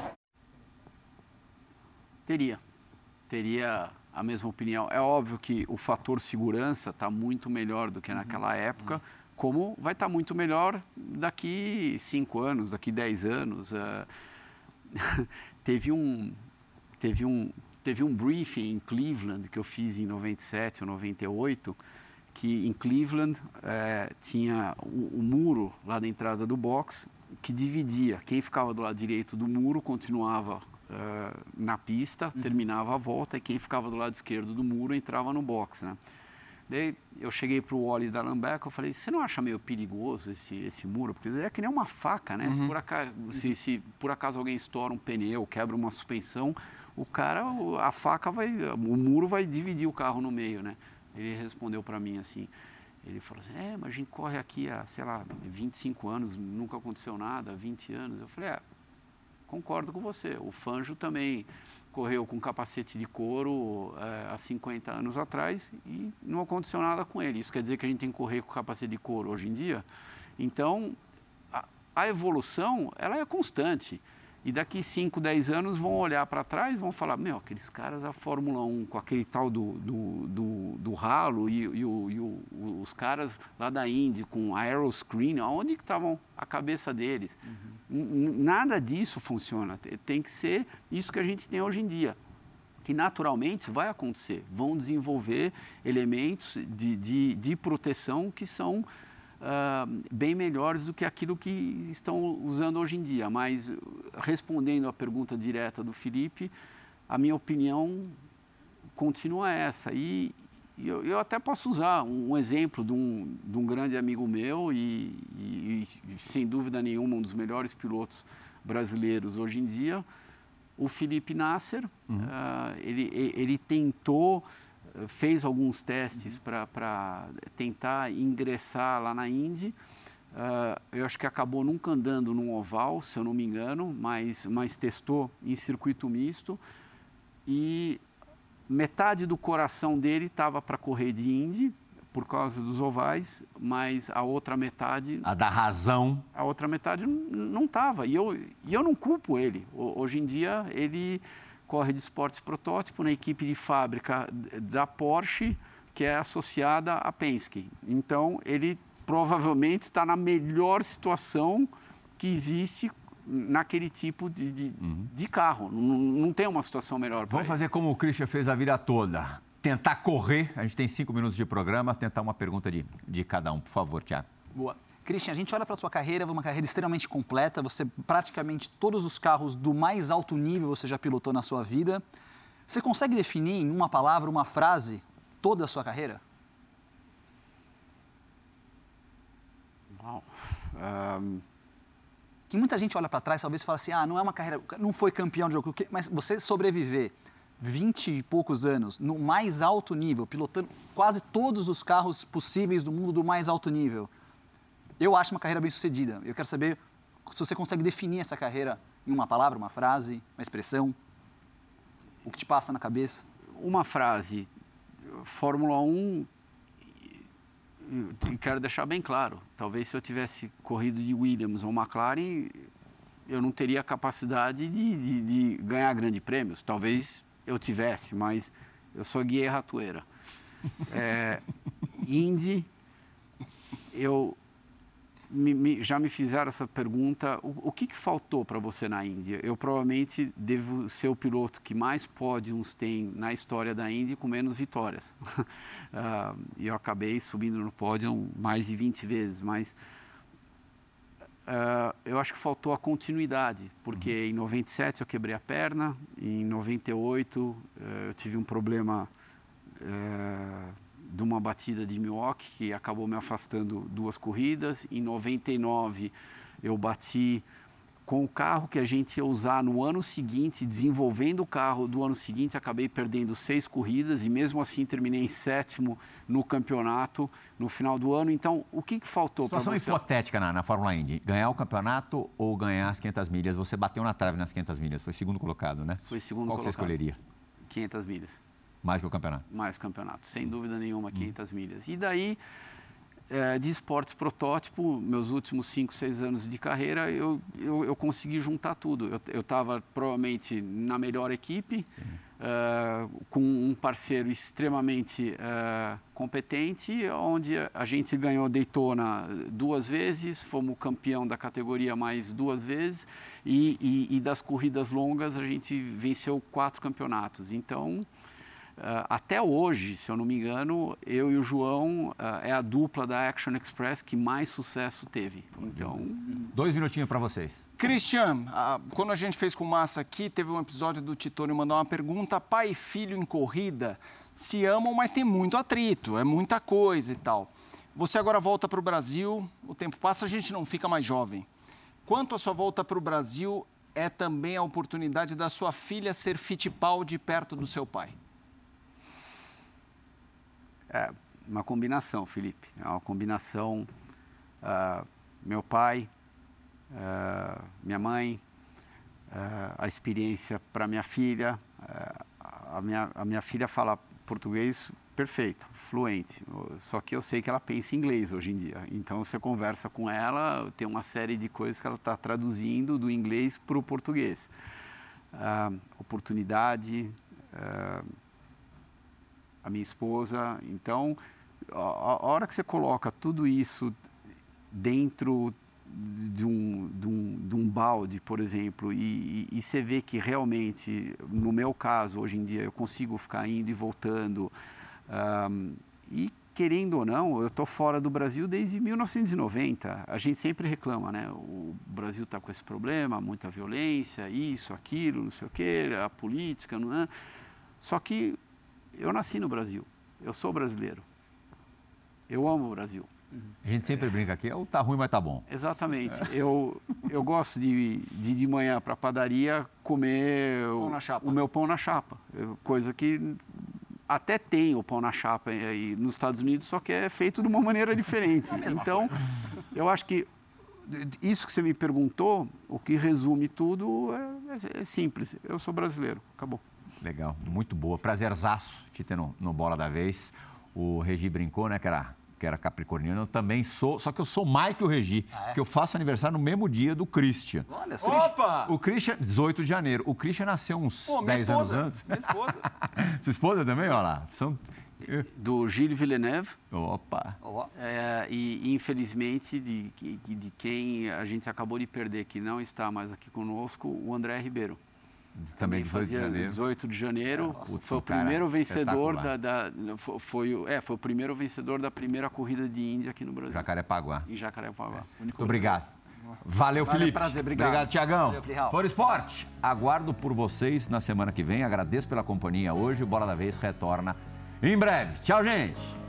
Teria a mesma opinião. É óbvio que o fator segurança está muito melhor do que naquela época, como vai estar muito melhor daqui 5 anos, daqui 10 anos. Teve um briefing em Cleveland que eu fiz em 97 ou 98, que em Cleveland tinha o muro lá da entrada do box que dividia. Quem ficava do lado direito do muro continuava na pista, terminava a volta, e quem ficava do lado esquerdo do muro entrava no box, né? Daí eu cheguei para o Wally da Lambeck, eu falei: você não acha meio perigoso esse muro? Porque é que nem uma faca, né? Se por acaso alguém estoura um pneu, quebra uma suspensão, o muro vai dividir o carro no meio, né? Ele respondeu para mim assim, ele falou assim: mas a gente corre aqui há, 25 anos, nunca aconteceu nada, há 20 anos. Eu falei: concordo com você, o Fangio também correu com capacete de couro há 50 anos atrás e não aconteceu nada com ele. Isso quer dizer que a gente tem que correr com capacete de couro hoje em dia? Então, a evolução, ela é constante. E daqui 5, 10 anos vão olhar para trás e vão falar: aqueles caras da Fórmula 1 com aquele tal do ralo e os caras lá da Indy com aeroscreen, aonde que estavam a cabeça deles? Nada disso funciona. Tem que ser isso que a gente tem hoje em dia, que naturalmente vai acontecer. Vão desenvolver elementos de proteção que são bem melhores do que aquilo que estão usando hoje em dia. Mas, respondendo à pergunta direta do Felipe, a minha opinião continua essa. E eu até posso usar um exemplo de um grande amigo meu e, sem dúvida nenhuma, um dos melhores pilotos brasileiros hoje em dia, o Felipe Nasser. Ele tentou... fez alguns testes para tentar ingressar lá na Indy. Eu acho que acabou nunca andando num oval, se eu não me engano, mas testou em circuito misto. E metade do coração dele estava para correr de Indy, por causa dos ovais, mas a outra metade... A da razão. A outra metade não estava. E eu não culpo ele. Hoje em dia, ele... corre de esportes protótipo na equipe de fábrica da Porsche, que é associada à Penske. Então, ele provavelmente está na melhor situação que existe naquele tipo de carro. Não tem uma situação melhor. Vamos fazer como o Christian fez a vida toda. Tentar correr. A gente tem 5 minutos de programa. Tentar uma pergunta de cada um. Por favor, Thiago. Boa. Christian, a gente olha para a sua carreira, uma carreira extremamente completa. Você, praticamente, todos os carros do mais alto nível você já pilotou na sua vida. Você consegue definir em uma palavra, uma frase, toda a sua carreira? Uau. Que muita gente olha para trás, talvez fala assim, não é uma carreira, não foi campeão de jogo, mas você sobreviver 20 e poucos anos no mais alto nível, pilotando quase todos os carros possíveis do mundo do mais alto nível, eu acho uma carreira bem sucedida. Eu quero saber se você consegue definir essa carreira em uma palavra, uma frase, uma expressão, o que te passa na cabeça. Uma frase, Fórmula 1, e quero deixar bem claro, talvez se eu tivesse corrido de Williams ou McLaren, eu não teria capacidade de ganhar grandes prêmios. Talvez eu tivesse, mas eu sou guia e ratoeira. Indy, já me fizeram essa pergunta, o que faltou para você na Indy? Eu provavelmente devo ser o piloto que mais pódios tem na história da Indy com menos vitórias. E eu acabei subindo no pódio mais de 20 vezes, mas eu acho que faltou a continuidade, porque em 97 eu quebrei a perna, em 98 eu tive um problema de uma batida de Milwaukee, que acabou me afastando 2 corridas. Em 99, eu bati com o carro que a gente ia usar no ano seguinte, desenvolvendo o carro do ano seguinte, acabei perdendo 6 corridas e mesmo assim terminei em 7º no campeonato no final do ano. Então, o que faltou para você? Situação hipotética na Fórmula Indy. Ganhar o campeonato ou ganhar as 500 milhas? Você bateu na trave nas 500 milhas, foi segundo colocado, né? Foi segundo colocado. Qual você escolheria? 500 milhas. Mais que o campeonato? Mais o campeonato, sem dúvida nenhuma, 500 milhas. E daí, de esportes protótipo, meus últimos 5, 6 anos de carreira, eu consegui juntar tudo. Eu estava provavelmente na melhor equipe, com um parceiro extremamente competente, onde a gente ganhou Daytona 2 vezes, fomos campeão da categoria mais 2 vezes, e das corridas longas a gente venceu 4 campeonatos. Então, até hoje, se eu não me engano, eu e o João é a dupla da Action Express que mais sucesso teve. Então, 2 minutinhos para vocês. Christian, quando a gente fez com o Massa aqui, teve um episódio do Titônio mandar uma pergunta. Pai e filho em corrida se amam, mas tem muito atrito, é muita coisa e tal. Você agora volta para o Brasil, o tempo passa, a gente não fica mais jovem. Quanto a sua volta para o Brasil é também a oportunidade da sua filha ser Fittipaldi perto do seu pai? É uma combinação, Felipe. É uma combinação. Meu pai, minha mãe, a experiência para minha filha. A minha filha fala português perfeito, fluente. Só que eu sei que ela pensa em inglês hoje em dia. Então, você conversa com ela, tem uma série de coisas que ela está traduzindo do inglês para o português. Oportunidade... a minha esposa. Então, a hora que você coloca tudo isso dentro de um balde, por exemplo, e você vê que realmente, no meu caso, hoje em dia, eu consigo ficar indo e voltando, e querendo ou não, eu estou fora do Brasil desde 1990. A gente sempre reclama, né? O Brasil está com esse problema, muita violência, isso, aquilo, não sei o quê, a política, não é? Só que eu nasci no Brasil, eu sou brasileiro, eu amo o Brasil. A gente sempre brinca aqui, tá ruim, mas tá bom. Exatamente. Eu gosto de manhã para a padaria comer o meu pão na chapa, coisa que até tem o pão na chapa aí nos Estados Unidos, só que é feito de uma maneira diferente. Então, eu acho que isso que você me perguntou, o que resume tudo é simples, eu sou brasileiro, acabou. Legal, muito boa. Prazerzaço te ter no Bola da Vez. O Regi brincou, né, que era capricorniano. Eu também sou, só que eu sou mais que o Regi, porque eu faço aniversário no mesmo dia do Christian. Olha só. Opa! O Christian, 18 de janeiro. O Christian nasceu uns 10 anos antes. Minha esposa. Sua esposa também, olha lá. Do Gilles Villeneuve. Opa! E infelizmente, de quem a gente acabou de perder, que não está mais aqui conosco, o André Ribeiro. Também 18 de janeiro. 18 de janeiro. Foi o primeiro vencedor foi o primeiro vencedor da primeira corrida de Índia aqui no Brasil. Jacarepaguá. Em Jacarepaguá. Muito obrigado. Valeu, Felipe. Prazer, obrigado. Obrigado, Tiagão. Valeu, For Esporte, aguardo por vocês na semana que vem. Agradeço pela companhia hoje. O Bola da Vez retorna em breve. Tchau, gente.